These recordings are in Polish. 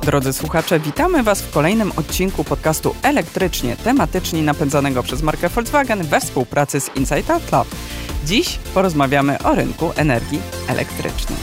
Drodzy słuchacze, witamy Was w kolejnym odcinku podcastu Elektrycznie, tematycznie napędzanego przez markę Volkswagen we współpracy z Inside Out Lab. Dziś porozmawiamy o rynku energii elektrycznej.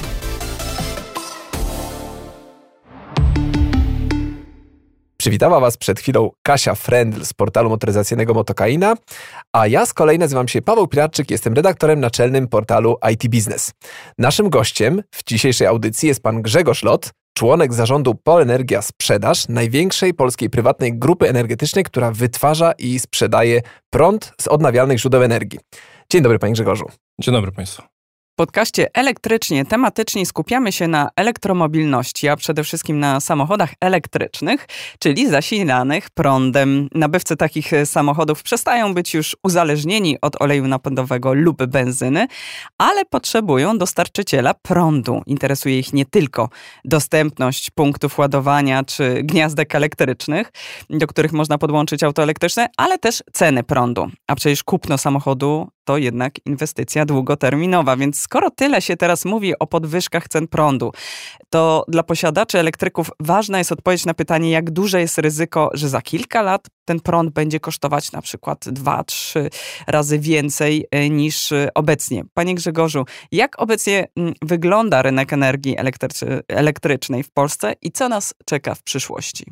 Przywitała Was przed chwilą Kasia Frendl z portalu motoryzacyjnego Motokaina, a ja z kolei nazywam się Paweł Pilarczyk, jestem redaktorem naczelnym portalu IT Business. Naszym gościem w dzisiejszej audycji jest pan Grzegorz Lot, członek zarządu Polenergia Sprzedaż, największej polskiej prywatnej grupy energetycznej, która wytwarza i sprzedaje prąd z odnawialnych źródeł energii. Dzień dobry, panie Grzegorzu. Dzień dobry państwu. W podcaście Elektrycznie tematycznie skupiamy się na elektromobilności, a przede wszystkim na samochodach elektrycznych, czyli zasilanych prądem. Nabywcy takich samochodów przestają być już uzależnieni od oleju napędowego lub benzyny, ale potrzebują dostarczyciela prądu. Interesuje ich nie tylko dostępność punktów ładowania czy gniazdek elektrycznych, do których można podłączyć auto elektryczne, ale też ceny prądu. A przecież kupno samochodu to jednak inwestycja długoterminowa, więc skoro tyle się teraz mówi o podwyżkach cen prądu, to dla posiadaczy elektryków ważna jest odpowiedź na pytanie, jak duże jest ryzyko, że za kilka lat ten prąd będzie kosztować na przykład 2-3 razy więcej niż obecnie. Panie Grzegorzu, jak obecnie wygląda rynek energii elektrycznej w Polsce i co nas czeka w przyszłości?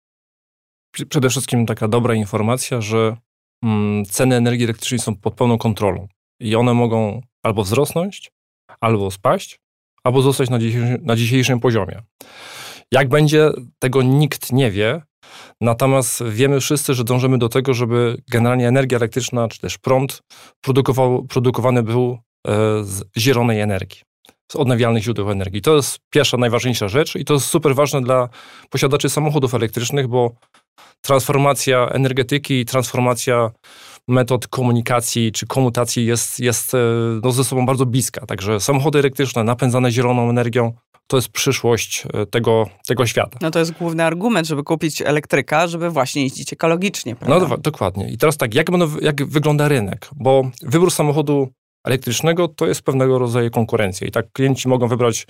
Przede wszystkim taka dobra informacja, że ceny energii elektrycznej są pod pełną kontrolą i one mogą albo wzrosnąć, albo spaść, albo zostać na dzisiejszym poziomie. Jak będzie, tego nikt nie wie, natomiast wiemy wszyscy, że dążymy do tego, żeby generalnie energia elektryczna, czy też prąd produkowany był z zielonej energii, z odnawialnych źródeł energii. To jest pierwsza, najważniejsza rzecz i to jest super ważne dla posiadaczy samochodów elektrycznych, bo transformacja energetyki i transformacja metod komunikacji czy komutacji jest ze sobą bardzo bliska. Także samochody elektryczne napędzane zieloną energią to jest przyszłość tego świata. No to jest główny argument, żeby kupić elektryka, żeby właśnie jeździć ekologicznie, prawda? No dokładnie. I teraz tak, jak wygląda rynek? Bo wybór samochodu elektrycznego to jest pewnego rodzaju konkurencja. I tak klienci mogą wybrać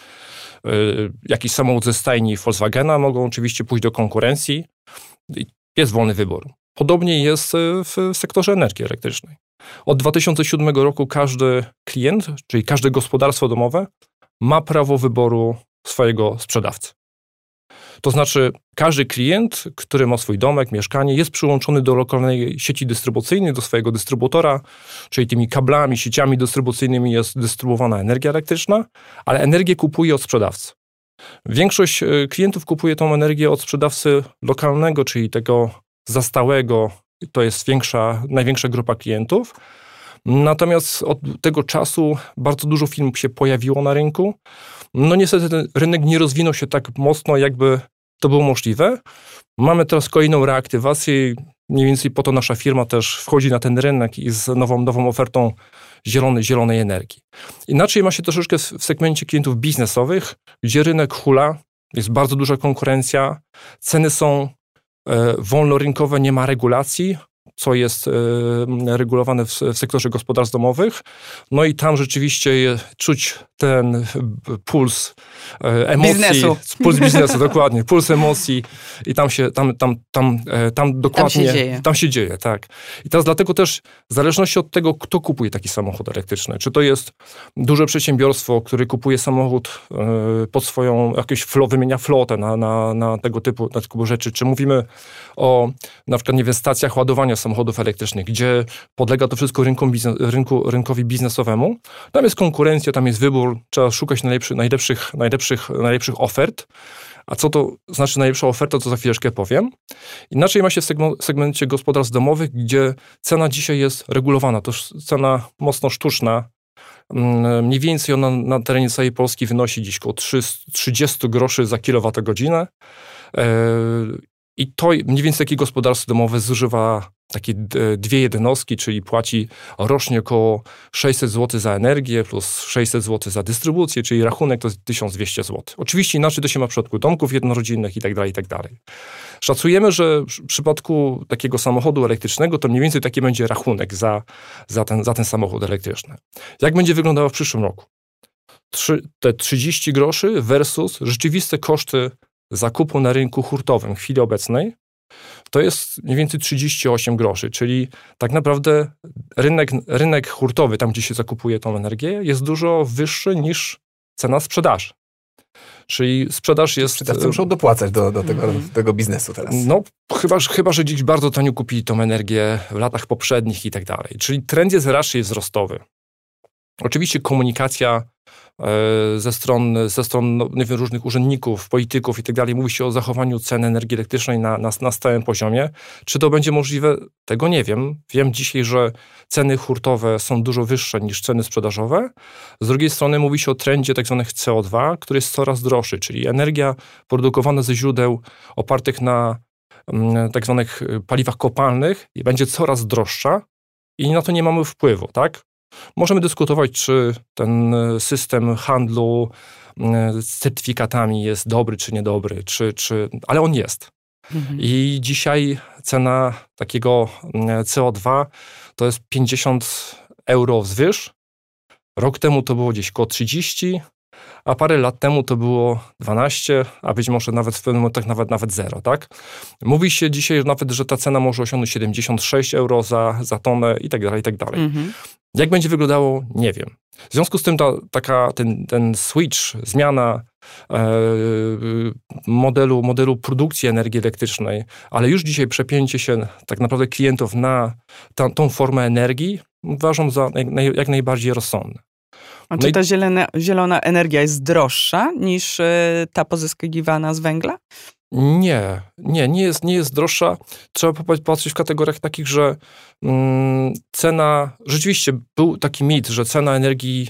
jakiś samochód ze stajni Volkswagena, mogą oczywiście pójść do konkurencji. Jest wolny wybór. Podobnie jest w sektorze energii elektrycznej. Od 2007 roku każdy klient, czyli każde gospodarstwo domowe ma prawo wyboru swojego sprzedawcy. To znaczy każdy klient, który ma swój domek, mieszkanie, jest przyłączony do lokalnej sieci dystrybucyjnej, do swojego dystrybutora, czyli tymi kablami, sieciami dystrybucyjnymi jest dystrybuowana energia elektryczna, ale energię kupuje od sprzedawcy. Większość klientów kupuje tą energię od sprzedawcy lokalnego, czyli tego zastałego, to jest największa grupa klientów. Natomiast od tego czasu bardzo dużo firm się pojawiło na rynku. No niestety ten rynek nie rozwinął się tak mocno, jakby to było możliwe. Mamy teraz kolejną reaktywację i mniej więcej po to nasza firma też wchodzi na ten rynek i z nową ofertą zielonej energii. Inaczej ma się troszeczkę w segmencie klientów biznesowych, gdzie rynek hula, jest bardzo duża konkurencja, ceny są wolnorynkowe, nie ma regulacji, co jest regulowane w sektorze gospodarstw domowych. No i tam rzeczywiście czuć ten puls emocji. Biznesu. Puls biznesu, dokładnie. Puls emocji i tam dokładnie... Tam się dzieje, tak. I teraz dlatego też w zależności od tego, kto kupuje taki samochód elektryczny, czy to jest duże przedsiębiorstwo, które kupuje samochód pod swoją jakąś wymienia flotę na tego typu rzeczy, czy mówimy o na przykład, nie wiem, stacjach ładowania samochodów elektrycznych, gdzie podlega to wszystko rynkowi biznesowemu. Tam jest konkurencja, tam jest wybór, trzeba szukać najlepszych ofert. A co to znaczy najlepsza oferta, to za chwileczkę powiem. Inaczej ma się w segmencie gospodarstw domowych, gdzie cena dzisiaj jest regulowana. To cena mocno sztuczna. Mniej więcej ona na terenie całej Polski wynosi gdzieś około 30 groszy za kilowatogodzinę. I to mniej więcej takie gospodarstwo domowe zużywa takie dwie jednostki, czyli płaci rocznie około 600 zł za energię plus 600 zł za dystrybucję, czyli rachunek to jest 1200 zł. Oczywiście inaczej to się ma w przypadku domków jednorodzinnych i tak dalej, i tak dalej. Szacujemy, że w przypadku takiego samochodu elektrycznego to mniej więcej taki będzie rachunek za ten samochód elektryczny. Jak będzie wyglądało w przyszłym roku? Te 30 groszy versus rzeczywiste koszty zakupu na rynku hurtowym w chwili obecnej to jest mniej więcej 38 groszy, czyli tak naprawdę rynek hurtowy, tam gdzie się zakupuje tą energię, jest dużo wyższy niż cena sprzedaży. Czyli sprzedaż jest... Sprzedawcy muszą dopłacać do tego biznesu teraz. No, chyba, że gdzieś bardzo tanio kupili tą energię w latach poprzednich i tak dalej. Czyli trend jest raczej wzrostowy. Oczywiście komunikacja ze stron no, nie wiem, różnych urzędników, polityków i tak dalej, mówi się o zachowaniu cen energii elektrycznej na stałym poziomie. Czy to będzie możliwe? Tego nie wiem. Wiem dzisiaj, że ceny hurtowe są dużo wyższe niż ceny sprzedażowe. Z drugiej strony mówi się o trendzie tak zwanych CO2, który jest coraz droższy, czyli energia produkowana ze źródeł opartych na tak zwanych paliwach kopalnych będzie coraz droższa i na to nie mamy wpływu, tak? Możemy dyskutować, czy ten system handlu z certyfikatami jest dobry, czy niedobry, ale on jest. I dzisiaj cena takiego CO2 to jest 50 euro wzwyż. Rok temu to było gdzieś koło 30, a parę lat temu to było 12, a być może nawet w pewnym momentach nawet 0, tak? Mówi się dzisiaj nawet, że ta cena może osiągnąć 76 euro za tonę i tak dalej, i tak dalej. Jak będzie wyglądało? Nie wiem. W związku z tym ten switch, zmiana modelu produkcji energii elektrycznej, ale już dzisiaj przepięcie się tak naprawdę klientów na tą formę energii uważam za jak najbardziej rozsądne. A czy ta zielona energia jest droższa niż ta pozyskiwana z węgla? Nie jest droższa. Trzeba patrzeć w kategoriach takich, że cena, rzeczywiście był taki mit, że cena energii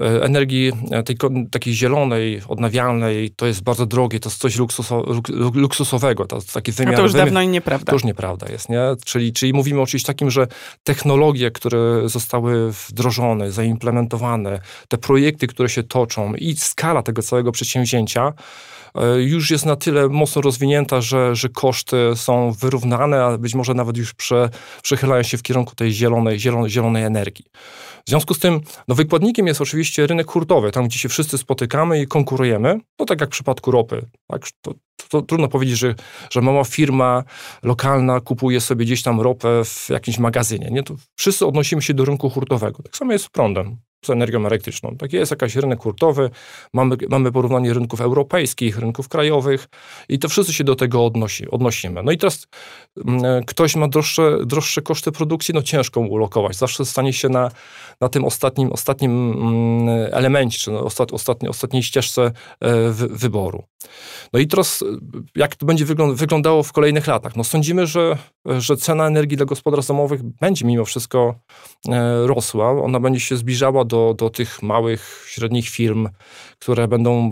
takiej zielonej, odnawialnej, to jest bardzo drogie, to jest coś luksusowego. To jest taki wymiar. A to już dawno i nieprawda. To już nieprawda jest, nie? Czyli mówimy o czymś takim, że technologie, które zostały wdrożone, zaimplementowane, te projekty, które się toczą i skala tego całego przedsięwzięcia już jest na tyle mocno rozwinięta, że koszty są wyrównane, a być może nawet już przechylają się w kierunku tej zielonej energii. W związku z tym wykładnikiem jest oczywiście rynek hurtowy, tam gdzie się wszyscy spotykamy i konkurujemy. No tak jak w przypadku ropy. Tak? To trudno powiedzieć, że mała firma lokalna kupuje sobie gdzieś tam ropę w jakimś magazynie. Nie? To wszyscy odnosimy się do rynku hurtowego. Tak samo jest z prądem, z energią elektryczną. Tak jest jakiś rynek hurtowy, mamy porównanie rynków europejskich, rynków krajowych i to wszyscy się do tego odnosimy. No i teraz ktoś ma droższe koszty produkcji, no ciężko mu ulokować. Zawsze stanie się na tym ostatnim elemencie, czy ostatniej ścieżce wyboru. No i teraz jak to będzie wyglądało w kolejnych latach? No sądzimy, że cena energii dla gospodarstw domowych będzie mimo wszystko rosła. Ona będzie się zbliżała do tych małych, średnich firm, które będą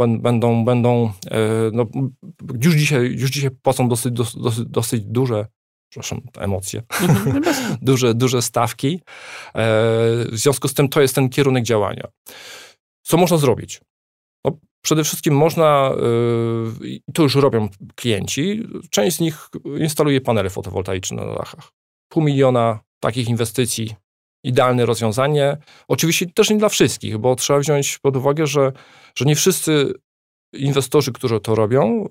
no, już dzisiaj płacą dosyć duże, przepraszam, emocje, duże stawki. W związku z tym to jest ten kierunek działania. Co można zrobić? No, przede wszystkim można, to już robią klienci, część z nich instaluje panele fotowoltaiczne na dachach. 500 000 takich inwestycji, idealne rozwiązanie. Oczywiście też nie dla wszystkich, bo trzeba wziąć pod uwagę, że nie wszyscy inwestorzy, którzy to robią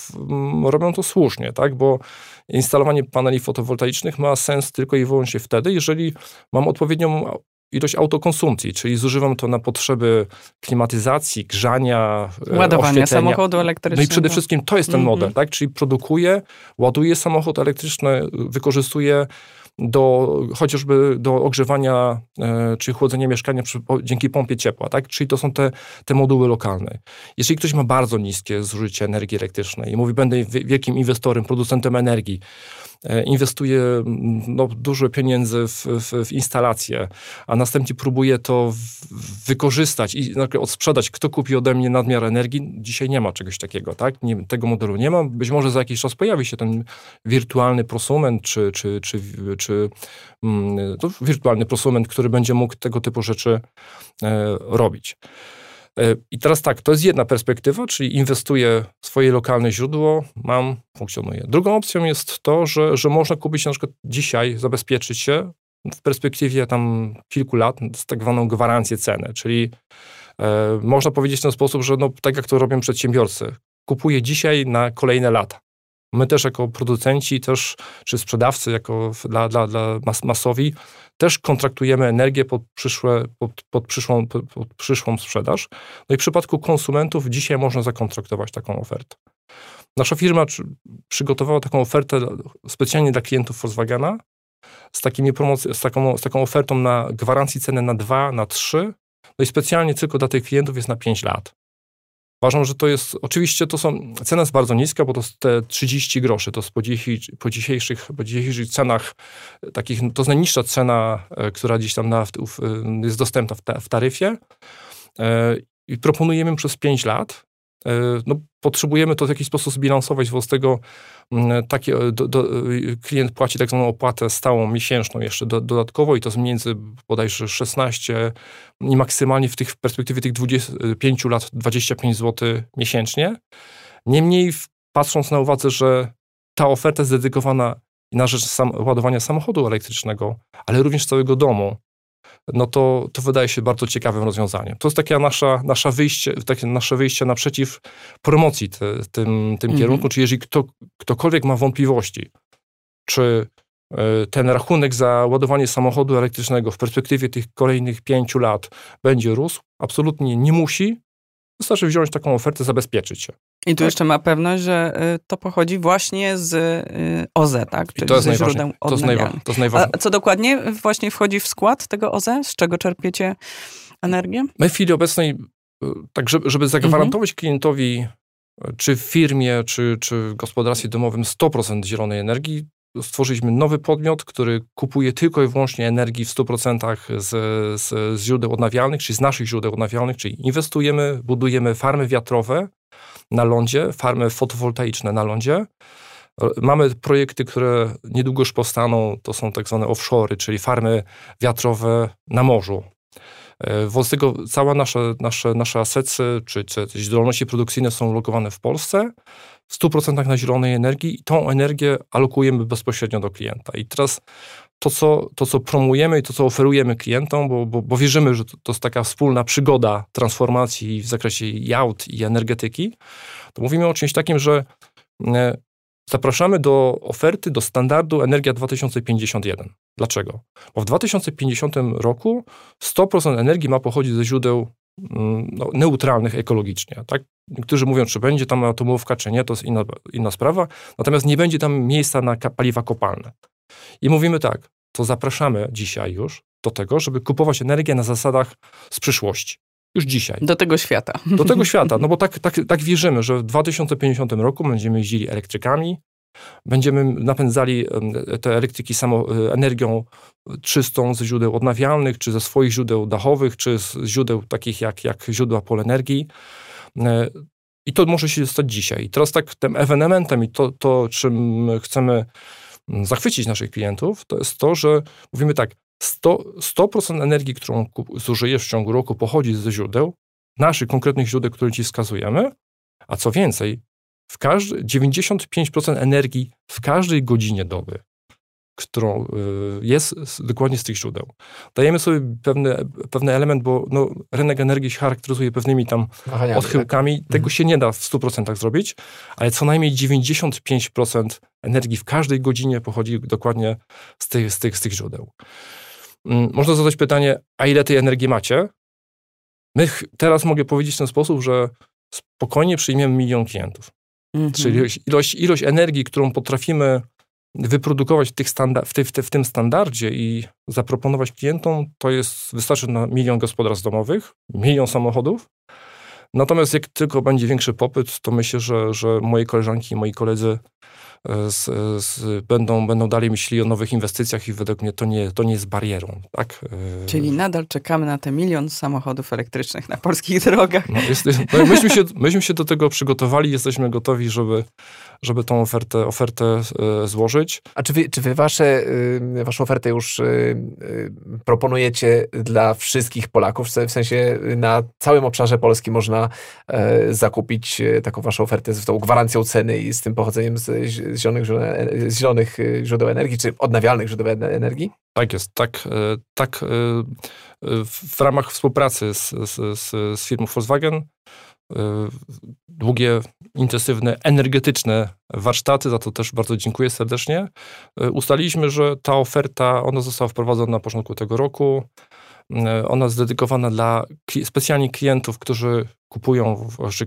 to słusznie, tak? Bo instalowanie paneli fotowoltaicznych ma sens tylko i wyłącznie wtedy, jeżeli mam odpowiednią ilość autokonsumpcji, czyli zużywam to na potrzeby klimatyzacji, grzania, ładowania samochodu elektrycznego. No i przede wszystkim to jest ten model, tak? Czyli produkuję, ładuję samochód elektryczny, wykorzystuję chociażby do ogrzewania czy chłodzenia mieszkania dzięki pompie ciepła, tak? Czyli to są te moduły lokalne. Jeżeli ktoś ma bardzo niskie zużycie energii elektrycznej i mówi, będę wielkim inwestorem, producentem energii, inwestuje dużo pieniędzy w instalację, a następnie próbuje to wykorzystać i odsprzedać, kto kupi ode mnie nadmiar energii. Dzisiaj nie ma czegoś takiego, tak? Tego modelu nie ma. Być może za jakiś czas pojawi się ten wirtualny prosument, czy wirtualny prosument, który będzie mógł tego typu rzeczy robić. I teraz tak, to jest jedna perspektywa, czyli inwestuję w swoje lokalne źródło, funkcjonuje. Drugą opcją jest to, że można kupić na przykład dzisiaj, zabezpieczyć się w perspektywie tam kilku lat z tak zwaną gwarancję ceny, czyli można powiedzieć w ten sposób, że tak jak to robią przedsiębiorcy, kupuje dzisiaj na kolejne lata. My też jako producenci, czy sprzedawcy, dla masowi, też kontraktujemy energię pod przyszłą sprzedaż. No i w przypadku konsumentów dzisiaj można zakontraktować taką ofertę. Nasza firma przygotowała taką ofertę specjalnie dla klientów Volkswagena z taką ofertą na gwarancji ceny na 2, na 3, no i specjalnie tylko dla tych klientów jest na 5 lat. Uważam, że to jest, oczywiście cena jest bardzo niska, bo to jest te 30 groszy, to jest po dzisiejszych cenach takich, to jest najniższa cena, która gdzieś tam jest dostępna w taryfie i proponujemy przez 5 lat. No, potrzebujemy to w jakiś sposób zbilansować, wobec tego klient płaci tak zwaną opłatę stałą miesięczną jeszcze dodatkowo i to jest między bodajże 16 i maksymalnie w perspektywie tych 25 lat 25 zł miesięcznie. Niemniej patrząc na uwadze, że ta oferta jest dedykowana na rzecz ładowania samochodu elektrycznego, ale również całego domu, no to wydaje się bardzo ciekawym rozwiązaniem. To jest takie nasze wyjście naprzeciw promocji tym kierunku, czy jeżeli ktokolwiek ma wątpliwości, czy ten rachunek za ładowanie samochodu elektrycznego w perspektywie tych kolejnych 5 lat będzie rósł, absolutnie nie musi. Wystarczy wziąć taką ofertę, zabezpieczyć się. I tu jeszcze ma pewność, że to pochodzi właśnie z OZE, tak? Czyli ze źródeł odnawialnych. To jest najważniejsze. A co dokładnie właśnie wchodzi w skład tego OZE? Z czego czerpiecie energię? My w chwili obecnej, tak żeby zagwarantować klientowi, czy w firmie, czy w gospodarstwie domowym 100% zielonej energii, stworzyliśmy nowy podmiot, który kupuje tylko i wyłącznie energii w 100% z źródeł odnawialnych, czyli z naszych źródeł odnawialnych, czyli inwestujemy, budujemy farmy wiatrowe na lądzie, farmy fotowoltaiczne na lądzie. Mamy projekty, które niedługo już powstaną, to są tak zwane offshore, czyli farmy wiatrowe na morzu. Wobec tego cała nasze asety, czy zdolności produkcyjne są ulokowane w Polsce, w 100% na zielonej energii i tą energię alokujemy bezpośrednio do klienta. I teraz to, co promujemy i to, co oferujemy klientom, bo wierzymy, że to jest taka wspólna przygoda transformacji w zakresie i aut, i energetyki, to mówimy o czymś takim, że zapraszamy do oferty, do standardu Energia 2051. Dlaczego? Bo w 2050 roku 100% energii ma pochodzić ze źródeł neutralnych ekologicznie. Tak? Niektórzy mówią, czy będzie tam atomówka, czy nie, to jest inna sprawa, natomiast nie będzie tam miejsca na paliwa kopalne. I mówimy tak, to zapraszamy dzisiaj już do tego, żeby kupować energię na zasadach z przyszłości. Już dzisiaj. Do tego świata. Do tego świata, no bo tak wierzymy, że w 2050 roku będziemy jeździli elektrykami, będziemy napędzali te elektryki energią czystą ze źródeł odnawialnych, czy ze swoich źródeł dachowych, czy z źródeł takich jak źródła Polenergii. I to może się stać dzisiaj. I teraz tak tym ewenementem i to czym chcemy zachwycić naszych klientów, to jest to, że mówimy tak, 100% energii, którą zużyjesz w ciągu roku, pochodzi ze źródeł, naszych konkretnych źródeł, które ci wskazujemy, a co więcej, 95% energii w każdej godzinie doby, którą jest dokładnie z tych źródeł. Dajemy sobie pewny element, bo rynek energii się charakteryzuje pewnymi tam odchyłkami. Tak? Tego się nie da w 100% zrobić, ale co najmniej 95% energii w każdej godzinie pochodzi dokładnie z tych źródeł. Można zadać pytanie, a ile tej energii macie? My teraz mogę powiedzieć w ten sposób, że spokojnie przyjmiemy 1 000 000 klientów. Czyli ilość energii, którą potrafimy wyprodukować w tym standardzie i zaproponować klientom, wystarczy na 1 000 000 gospodarstw domowych, 1 000 000 samochodów. Natomiast jak tylko będzie większy popyt, to myślę, że moje koleżanki i moi koledzy będą dalej myśleli o nowych inwestycjach i według mnie to nie jest barierą. Tak? Czyli nadal czekamy na te 1 000 000 samochodów elektrycznych na polskich drogach. Myśmy się do tego przygotowali, jesteśmy gotowi, żeby tą ofertę złożyć. A czy wy waszą ofertę już proponujecie dla wszystkich Polaków? W sensie na całym obszarze Polski można zakupić taką waszą ofertę z tą gwarancją ceny i z tym pochodzeniem z zielonych źródeł energii, czy odnawialnych źródeł energii? Tak jest. Tak w ramach współpracy z firmą Volkswagen długie, intensywne, energetyczne warsztaty, za to też bardzo dziękuję serdecznie. Ustaliliśmy, że ta oferta, ona została wprowadzona na początku tego roku. Ona jest dedykowana dla specjalnie klientów, którzy kupują,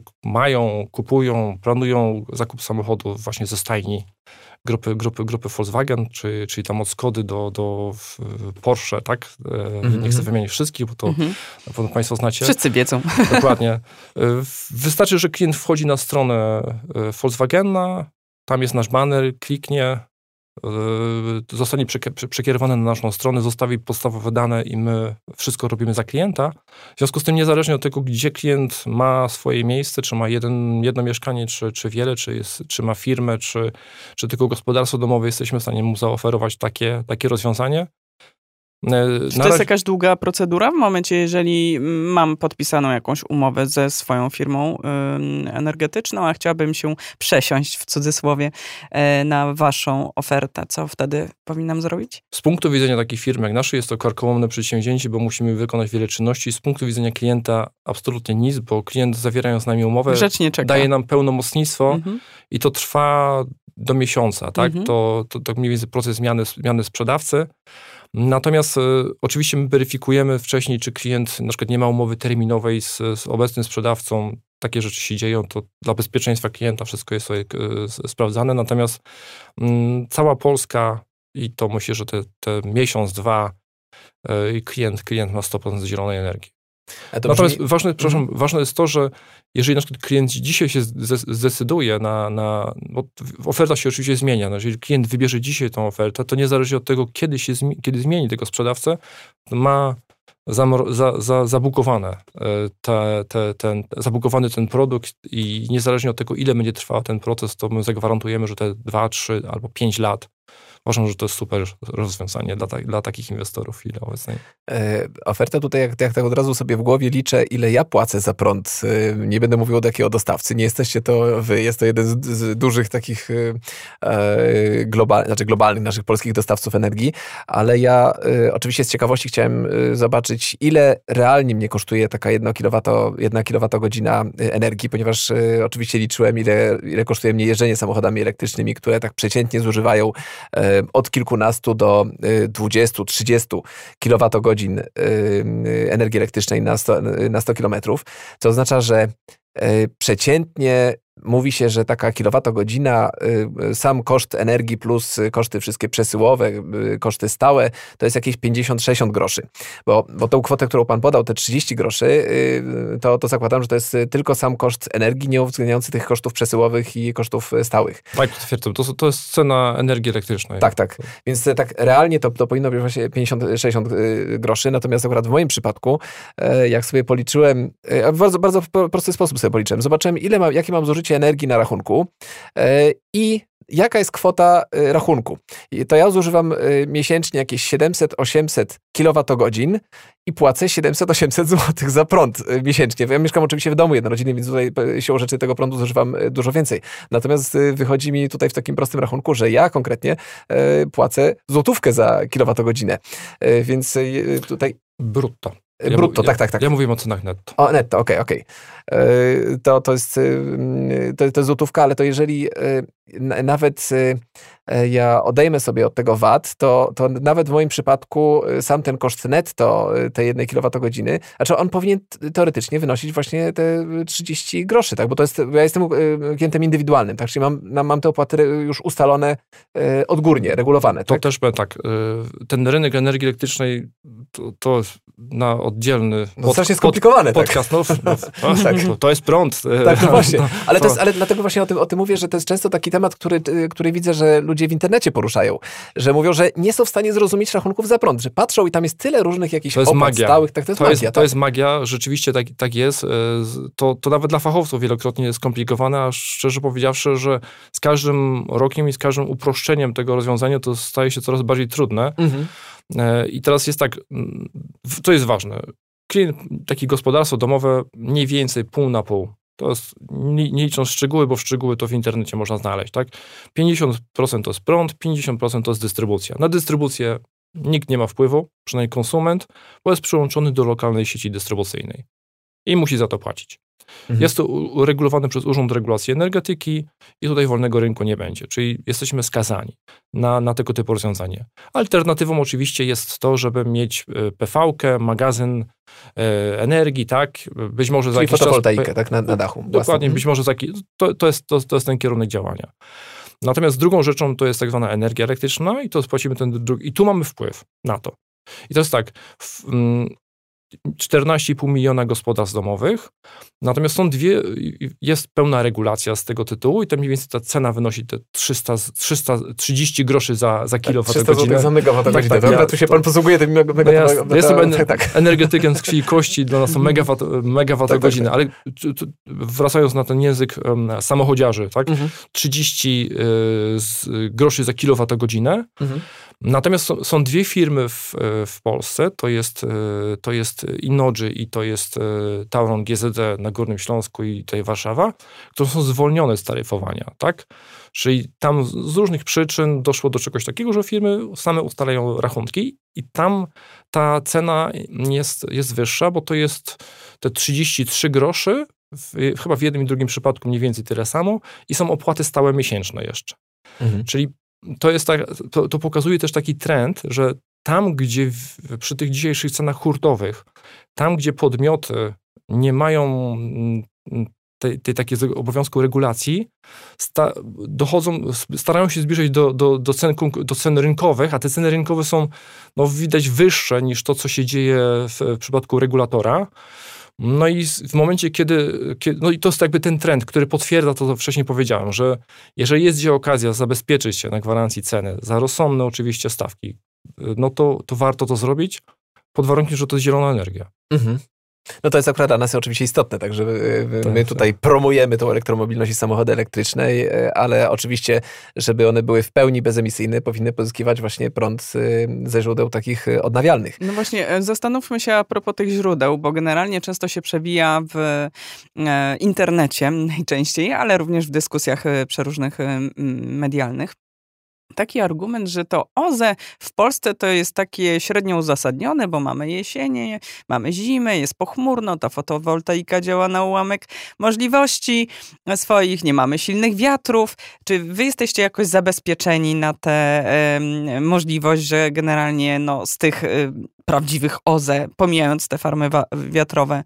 planują zakup samochodu właśnie ze stajni grupy Volkswagen, czyli tam od Skody do Porsche, tak? Nie chcę wymienić wszystkich, bo to na pewno Państwo znacie. Wszyscy wiedzą. Dokładnie. Wystarczy, że klient wchodzi na stronę Volkswagena, tam jest nasz baner, kliknie, zostanie przekierowany na naszą stronę, zostawi podstawowe dane i my wszystko robimy za klienta. W związku z tym niezależnie od tego, gdzie klient ma swoje miejsce, czy ma jedno mieszkanie, czy wiele, czy ma firmę, czy tylko gospodarstwo domowe, jesteśmy w stanie mu zaoferować takie rozwiązanie. Czy to jest jakaś długa procedura w momencie, jeżeli mam podpisaną jakąś umowę ze swoją firmą energetyczną, a chciałabym się przesiąść w cudzysłowie na waszą ofertę? Co wtedy powinnam zrobić? Z punktu widzenia takich firm jak naszej jest to karkołomne przedsięwzięcie, bo musimy wykonać wiele czynności. Z punktu widzenia klienta absolutnie nic, bo klient zawierając z nami umowę daje nam pełnomocnictwo i to trwa do miesiąca. Tak? To mniej więcej proces zmiany sprzedawcy. Natomiast oczywiście my weryfikujemy wcześniej, czy klient na przykład nie ma umowy terminowej z obecnym sprzedawcą. Takie rzeczy się dzieją, to dla bezpieczeństwa klienta wszystko jest sobie sprawdzane. Natomiast cała Polska i to myślę, że te miesiąc, dwa klient ma 100% zielonej energii. Natomiast ważne jest to, że jeżeli na przykład klient dzisiaj się zdecyduje bo oferta się oczywiście zmienia. No jeżeli klient wybierze dzisiaj tą ofertę, to niezależnie od tego, kiedy zmieni tego sprzedawcę, ma zabukowany ten produkt i niezależnie od tego, ile będzie trwał ten proces, to my zagwarantujemy, że te 2, 3 albo 5 lat uważam, że to jest super rozwiązanie dla takich inwestorów w chwili obecnej. Oferta tutaj, jak tak od razu sobie w głowie liczę, ile ja płacę za prąd. Nie będę mówił od jakiego dostawcy. Nie jesteście to wy. Jest to jeden z dużych takich globalnych naszych polskich dostawców energii, ale ja oczywiście z ciekawości chciałem zobaczyć, ile realnie mnie kosztuje taka 1 kilowatogodzina energii, ponieważ oczywiście liczyłem, ile kosztuje mnie jeżdżenie samochodami elektrycznymi, które tak przeciętnie zużywają od kilkunastu do 20-30 kilowatogodzin energii elektrycznej na 100 kilometrów, co oznacza, że przeciętnie mówi się, że taka kilowatogodzina, sam koszt energii plus koszty wszystkie przesyłowe, koszty stałe, to jest jakieś 50-60 groszy. Bo tą kwotę, którą pan podał, te 30 groszy, to zakładam, że to jest tylko sam koszt energii, nie uwzględniający tych kosztów przesyłowych i kosztów stałych. Tak, potwierdzam. To jest cena energii elektrycznej. Tak. Więc tak realnie to powinno być właśnie 50-60 groszy, natomiast akurat w moim przypadku, jak sobie policzyłem, w bardzo prosty sposób sobie policzyłem, zobaczyłem, jakie mam zużycie energii na rachunku i jaka jest kwota rachunku. I to ja zużywam miesięcznie jakieś 700-800 kWh i płacę 700-800 zł za prąd miesięcznie. Ja mieszkam oczywiście w domu jednorodzinnym, więc tutaj siłą rzeczy tego prądu zużywam dużo więcej. Natomiast wychodzi mi tutaj w takim prostym rachunku, że ja konkretnie płacę złotówkę za kilowatogodzinę. Więc tutaj... Brutto. Brutto, tak. Ja mówię o cenach netto. O, netto, okej. To jest złotówka, ale to jeżeli nawet ja odejmę sobie od tego VAT, to nawet w moim przypadku sam ten koszt netto tej 1 kWh, znaczy on powinien teoretycznie wynosić właśnie te 30 groszy, tak? Bo ja jestem klientem indywidualnym, tak? Czyli mam te opłaty już ustalone odgórnie, regulowane. To tak? też tak. Ten rynek energii elektrycznej to jest na oddzielny strasznie skomplikowane, podcast. Tak. To jest prąd. Tak, no właśnie. Ale dlatego właśnie o tym mówię, że to jest często taki temat, który widzę, że ludzie w internecie poruszają, że mówią, że nie są w stanie zrozumieć rachunków za prąd, że patrzą i tam jest tyle różnych jakichś opłat stałych. Tak, to jest magia, rzeczywiście tak jest. To nawet dla fachowców wielokrotnie jest skomplikowane, a szczerze powiedziawszy, że z każdym rokiem i z każdym uproszczeniem tego rozwiązania to staje się coraz bardziej trudne. I teraz jest tak, to jest ważne. Klient, takie gospodarstwo domowe, mniej więcej pół na pół. To jest, nie licząc szczegóły, bo szczegóły to w internecie można znaleźć, tak? 50% to jest prąd, 50% to jest dystrybucja. Na dystrybucję nikt nie ma wpływu, przynajmniej konsument, bo jest przyłączony do lokalnej sieci dystrybucyjnej i musi za to płacić. Jest to uregulowane przez Urząd Regulacji Energetyki i tutaj wolnego rynku nie będzie, czyli jesteśmy skazani na tego typu rozwiązanie. Alternatywą oczywiście jest to, żeby mieć PV-kę, magazyn energii, tak? Być może za jakiś jakiś fotowoltaikę, czas... tak, na dachu. Dokładnie, być może to jest ten kierunek działania. Natomiast drugą rzeczą to jest tak zwana energia elektryczna i to spłacimy i tu mamy wpływ na to. I to jest tak, 14,5 miliona gospodarstw domowych, natomiast jest pełna regulacja z tego tytułu i to mniej więcej ta cena wynosi te 330 groszy za kilowatogodzinę. 300 zł za megawattogodzinę. Tak, tu się pan posługuje tym megawattogodzinę. Jestem energetykiem z krwi i kości, dla nas są megawattogodziny, ale wracając na ten język samochodziarzy, tak? 30 groszy za kilowatogodzinę. Natomiast są dwie firmy w Polsce, to jest Innogy i to jest Tauron GZD na Górnym Śląsku i tutaj Warszawa, które są zwolnione z taryfowania, tak? Czyli tam z różnych przyczyn doszło do czegoś takiego, że firmy same ustalają rachunki i tam ta cena jest wyższa, bo to jest te 33 groszy, chyba w jednym i drugim przypadku mniej więcej tyle samo i są opłaty stałe miesięczne jeszcze. Czyli to jest tak, to pokazuje też taki trend, że tam, gdzie przy tych dzisiejszych cenach hurtowych, tam, gdzie podmioty nie mają tej takiego obowiązku regulacji, starają się zbliżyć do cen rynkowych, a te ceny rynkowe są widać wyższe niż to, co się dzieje w przypadku regulatora. No i w momencie, kiedy no i to jest jakby ten trend, który potwierdza to, co wcześniej powiedziałem, że jeżeli jest gdzie okazja zabezpieczyć się na gwarancji ceny za rozsądne oczywiście stawki, no to warto to zrobić pod warunkiem, że to jest zielona energia. No to jest akurat dla nas oczywiście istotne, także my tutaj promujemy tą elektromobilność i samochody elektryczne, ale oczywiście, żeby one były w pełni bezemisyjne, powinny pozyskiwać właśnie prąd ze źródeł takich odnawialnych. No właśnie, zastanówmy się a propos tych źródeł, bo generalnie często się przewija w internecie najczęściej, ale również w dyskusjach przeróżnych medialnych. Taki argument, że to OZE w Polsce to jest takie średnio uzasadnione, bo mamy jesienie, mamy zimę, jest pochmurno, ta fotowoltaika działa na ułamek możliwości swoich, nie mamy silnych wiatrów. Czy wy jesteście jakoś zabezpieczeni na tę możliwość, że generalnie z tych prawdziwych OZE, pomijając te farmy wiatrowe,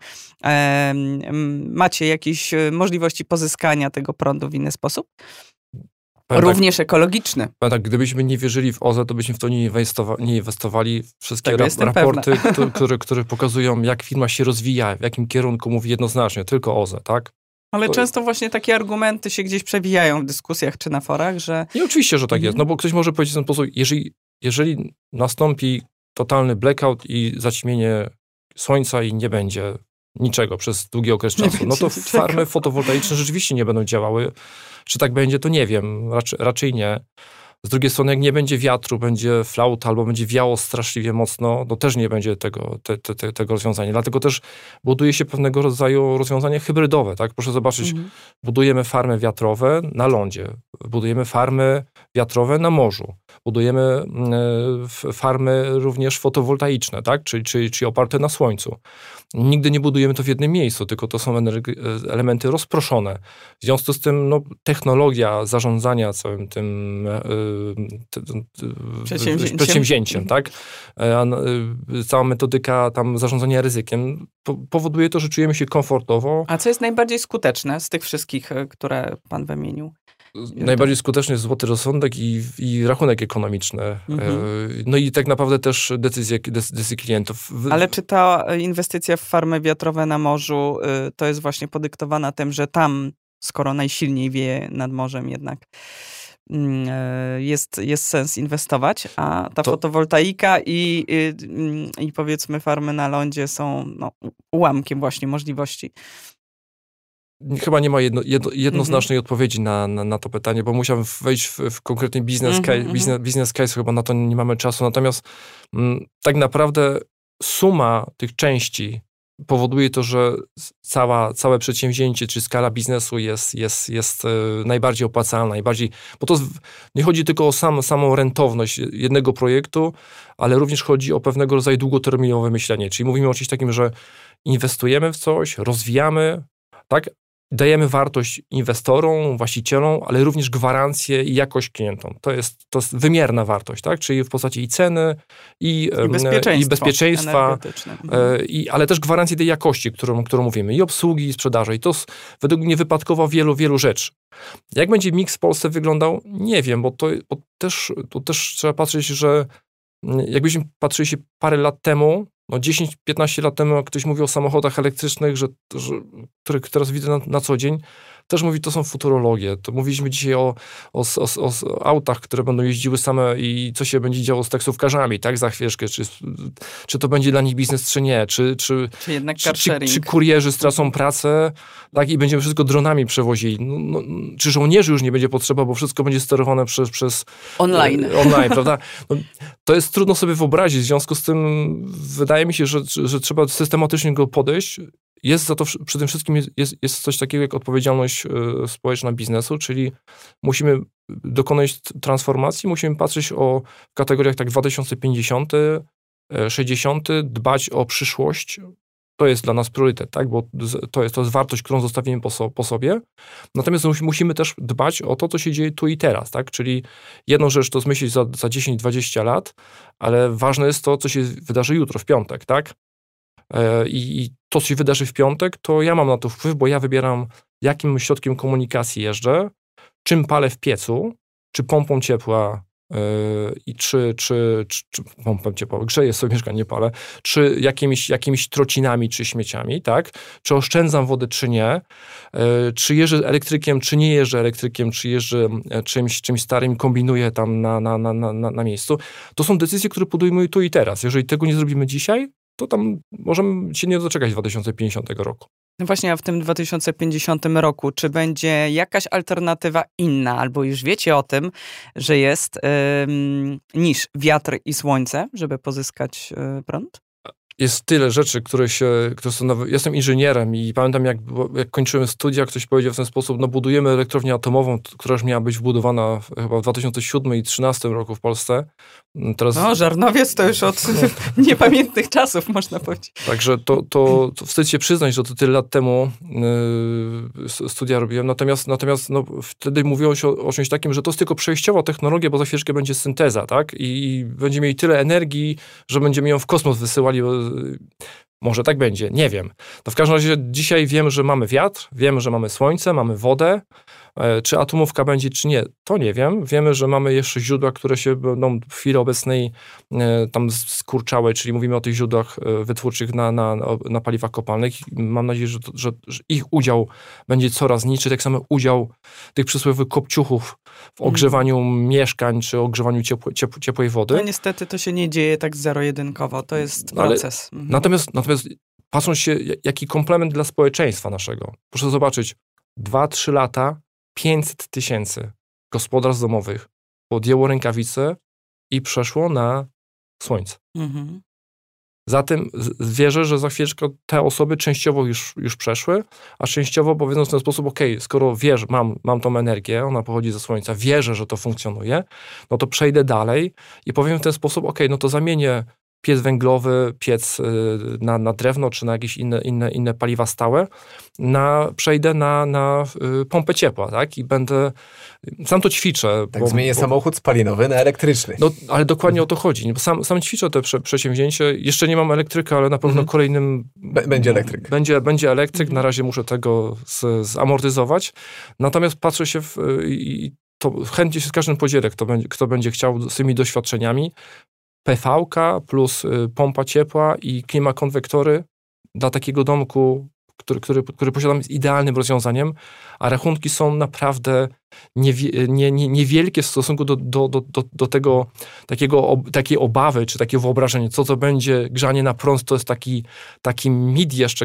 macie jakieś możliwości pozyskania tego prądu w inny sposób? Również ekologiczny. Tak, gdybyśmy nie wierzyli w OZE, to byśmy w to nie inwestowali. Wszystkie raporty, które pokazują, jak firma się rozwija, w jakim kierunku, mówi jednoznacznie, tylko OZE, tak? Ale często właśnie takie argumenty się gdzieś przewijają w dyskusjach czy na forach, że... I oczywiście, że tak jest, bo ktoś może powiedzieć w ten sposób, jeżeli nastąpi totalny blackout i zaćmienie słońca i nie będzie niczego przez długi okres czasu, no to farmy fotowoltaiczne rzeczywiście nie będą działały. Czy tak będzie, to nie wiem. Raczej nie. Z drugiej strony, jak nie będzie wiatru, będzie flauta albo będzie wiało straszliwie mocno, to też nie będzie tego rozwiązania. Dlatego też buduje się pewnego rodzaju rozwiązanie hybrydowe. Tak? Proszę zobaczyć, budujemy farmy wiatrowe na lądzie, budujemy farmy wiatrowe na morzu, budujemy farmy również fotowoltaiczne, tak? czyli oparte na słońcu. Nigdy nie budujemy to w jednym miejscu, tylko to są elementy rozproszone. W związku z tym technologia zarządzania całym tym przedsięwzięciem, tak? Cała metodyka tam zarządzania ryzykiem powoduje to, że czujemy się komfortowo. A co jest najbardziej skuteczne z tych wszystkich, które pan wymienił? Najbardziej skuteczny jest złoty rozsądek i rachunek ekonomiczny. No i tak naprawdę też decyzje klientów. Ale czy ta inwestycja w farmy wiatrowe na morzu to jest właśnie podyktowana tym, że tam, skoro najsilniej wieje nad morzem jednak, jest sens inwestować, a ta fotowoltaika i powiedzmy farmy na lądzie są ułamkiem właśnie możliwości? Chyba nie ma jednoznacznej odpowiedzi na to pytanie, bo musiałem wejść w konkretny business case, chyba na to nie mamy czasu. Natomiast tak naprawdę suma tych części powoduje to, że całe przedsięwzięcie czy skala biznesu jest najbardziej opłacalna, bo to nie chodzi tylko o samą rentowność jednego projektu, ale również chodzi o pewnego rodzaju długoterminowe myślenie. Czyli mówimy o czymś takim, że inwestujemy w coś, rozwijamy, tak? Dajemy wartość inwestorom, właścicielom, ale również gwarancję i jakość klientom. To jest wymierna wartość, tak? Czyli w postaci i ceny, i bezpieczeństwa, ale też gwarancję tej jakości, którą mówimy, i obsługi, i sprzedaży. I to według mnie wypadkowo wielu rzeczy. Jak będzie miks w Polsce wyglądał? Nie wiem, bo to też trzeba patrzeć, że jakbyśmy patrzyli się parę lat temu, 10-15 lat temu, jak ktoś mówił o samochodach elektrycznych, które teraz widzę na co dzień, też mówi, to są futurologie. To mówiliśmy dzisiaj o autach, które będą jeździły same i co się będzie działo z taksówkarzami, tak, za chwileczkę, czy to będzie dla nich biznes, czy nie, czy jednak car sharing. Czy kurierzy stracą pracę, tak, i będziemy wszystko dronami przewozili. Czy żołnierzy już nie będzie potrzeba, bo wszystko będzie sterowane przez online, prawda? To jest trudno sobie wyobrazić, w związku z tym wydaje mi się, że trzeba systematycznie go podejść. Jest za to przy tym wszystkim jest coś takiego jak odpowiedzialność społeczna biznesu, czyli musimy dokonać transformacji, musimy patrzeć w kategoriach tak 2050, 60, dbać o przyszłość. To jest dla nas priorytet, tak? Bo to jest wartość, którą zostawimy po sobie. Natomiast musimy też dbać o to, co się dzieje tu i teraz, tak? Czyli jedną rzecz to zmyślić za 10-20 lat, ale ważne jest to, co się wydarzy jutro, w piątek, tak? I to, co się wydarzy w piątek, to ja mam na to wpływ, bo ja wybieram, jakim środkiem komunikacji jeżdżę, czym palę w piecu, czy pompą ciepła, czy pompą ciepła, grzeję sobie mieszkanie, nie palę, czy jakimiś trocinami, czy śmieciami, tak? Czy oszczędzam wodę, czy nie, czy jeżdżę elektrykiem, czy nie jeżdżę elektrykiem, czy jeżdżę czymś starym, kombinuję tam na miejscu. To są decyzje, które podejmuję tu i teraz. Jeżeli tego nie zrobimy dzisiaj, to tam możemy się nie doczekać 2050 roku. No właśnie, a w tym 2050 roku, czy będzie jakaś alternatywa inna, albo już wiecie o tym, że jest niż wiatr i słońce, żeby pozyskać prąd? Jest tyle rzeczy, które są nowe. Jestem inżynierem i pamiętam, jak kończyłem studia, ktoś powiedział w ten sposób, budujemy elektrownię atomową, która już miała być wbudowana chyba w 2007 i 2013 roku w Polsce. Teraz... Żarnowiec to już od niepamiętnych czasów, można powiedzieć. Także to wstyd się przyznać, że to tyle lat temu studia robiłem. Natomiast wtedy mówiło się o czymś takim, że to jest tylko przejściowa technologia, bo za chwileczkę będzie synteza, tak? I będziemy mieli tyle energii, że będziemy ją w kosmos wysyłali. Może tak będzie, nie wiem. To w każdym razie dzisiaj wiem, że mamy wiatr, wiemy, że mamy słońce, mamy wodę. Czy atomówka będzie, czy nie, to nie wiem. Wiemy, że mamy jeszcze źródła, które się będą w chwili obecnej tam skurczały, czyli mówimy o tych źródłach wytwórczych na paliwach kopalnych. Mam nadzieję, że ich udział będzie coraz niższy. Tak samo udział tych przysłowiowych kopciuchów w ogrzewaniu mieszkań, czy ogrzewaniu ciepłej wody. No niestety to się nie dzieje tak zero-jedynkowo. To jest proces. Natomiast patrząc się, jaki komplement dla społeczeństwa naszego. Proszę zobaczyć, 2-3 lata 500 000 gospodarstw domowych podjęło rękawice i przeszło na słońce. Mhm. Zatem wierzę, że za chwileczkę te osoby częściowo już przeszły, a częściowo powiedzą w ten sposób, skoro mam tą energię, ona pochodzi ze słońca, wierzę, że to funkcjonuje, no to przejdę dalej i powiem w ten sposób, no to zamienię piec węglowy, piec na drewno, czy na jakieś inne paliwa stałe, przejdę na pompę ciepła, tak? I sam to ćwiczę. Zmienię samochód spalinowy na elektryczny. No, ale dokładnie o to chodzi. Bo sam ćwiczę te przedsięwzięcie. Jeszcze nie mam elektryka, ale na pewno kolejnym... Będzie elektryk. Będzie elektryk. Na razie muszę tego zamortyzować. Natomiast patrzę się i to chętnie się z każdym podzielę, kto będzie chciał z tymi doświadczeniami. PV-ka plus pompa ciepła i klimakonwektory dla takiego domku, który posiadam, jest idealnym rozwiązaniem, a rachunki są naprawdę niewielkie w stosunku do tego takiej obawy, czy takiego wyobrażenia, co to będzie grzanie na prąd, to jest taki mit jeszcze,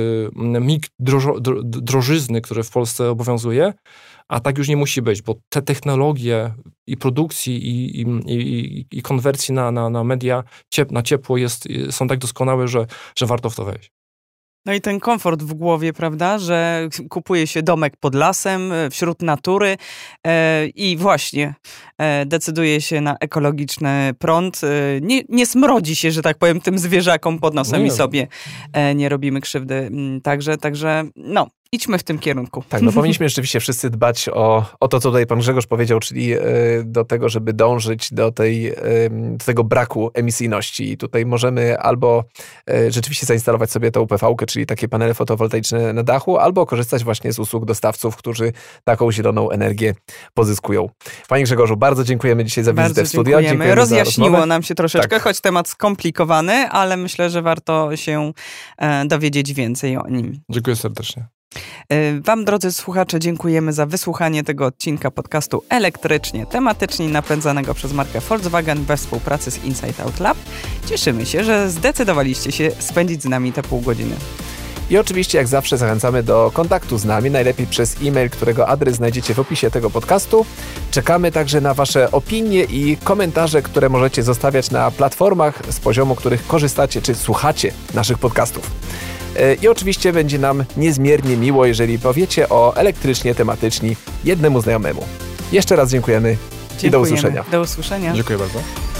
mig drożyzny, który w Polsce obowiązuje, a tak już nie musi być, bo te technologie i produkcji i konwersji na media, na ciepło są tak doskonałe, że warto w to wejść. No i ten komfort w głowie, prawda, że kupuje się domek pod lasem, wśród natury i właśnie decyduje się na ekologiczny prąd. Nie smrodzi się, że tak powiem, tym zwierzakom pod nosem i sobie nie robimy krzywdy. Także no, idźmy w tym kierunku. Tak, no powinniśmy rzeczywiście wszyscy dbać o to, co tutaj pan Grzegorz powiedział, czyli do tego, żeby dążyć do tego braku emisyjności. I tutaj możemy albo rzeczywiście zainstalować sobie tą UPV-kę, czyli takie panele fotowoltaiczne na dachu, albo korzystać właśnie z usług dostawców, którzy taką zieloną energię pozyskują. Panie Grzegorzu, bardzo dziękujemy dzisiaj za wizytę w studio. Dziękujemy. Rozjaśniło nam się troszeczkę, tak. Choć temat skomplikowany, ale myślę, że warto się dowiedzieć więcej o nim. Dziękuję serdecznie. Wam, drodzy słuchacze, dziękujemy za wysłuchanie tego odcinka podcastu elektrycznie, tematycznie napędzanego przez markę Volkswagen we współpracy z Inside Out Lab. Cieszymy się, że zdecydowaliście się spędzić z nami te pół godziny. I oczywiście, jak zawsze, zachęcamy do kontaktu z nami, najlepiej przez e-mail, którego adres znajdziecie w opisie tego podcastu. Czekamy także na wasze opinie i komentarze, które możecie zostawiać na platformach, z poziomu których korzystacie czy słuchacie naszych podcastów. I oczywiście będzie nam niezmiernie miło, jeżeli powiecie o elektrycznie tematyczni jednemu znajomemu. Jeszcze raz dziękujemy i do usłyszenia. Do usłyszenia. Dziękuję bardzo.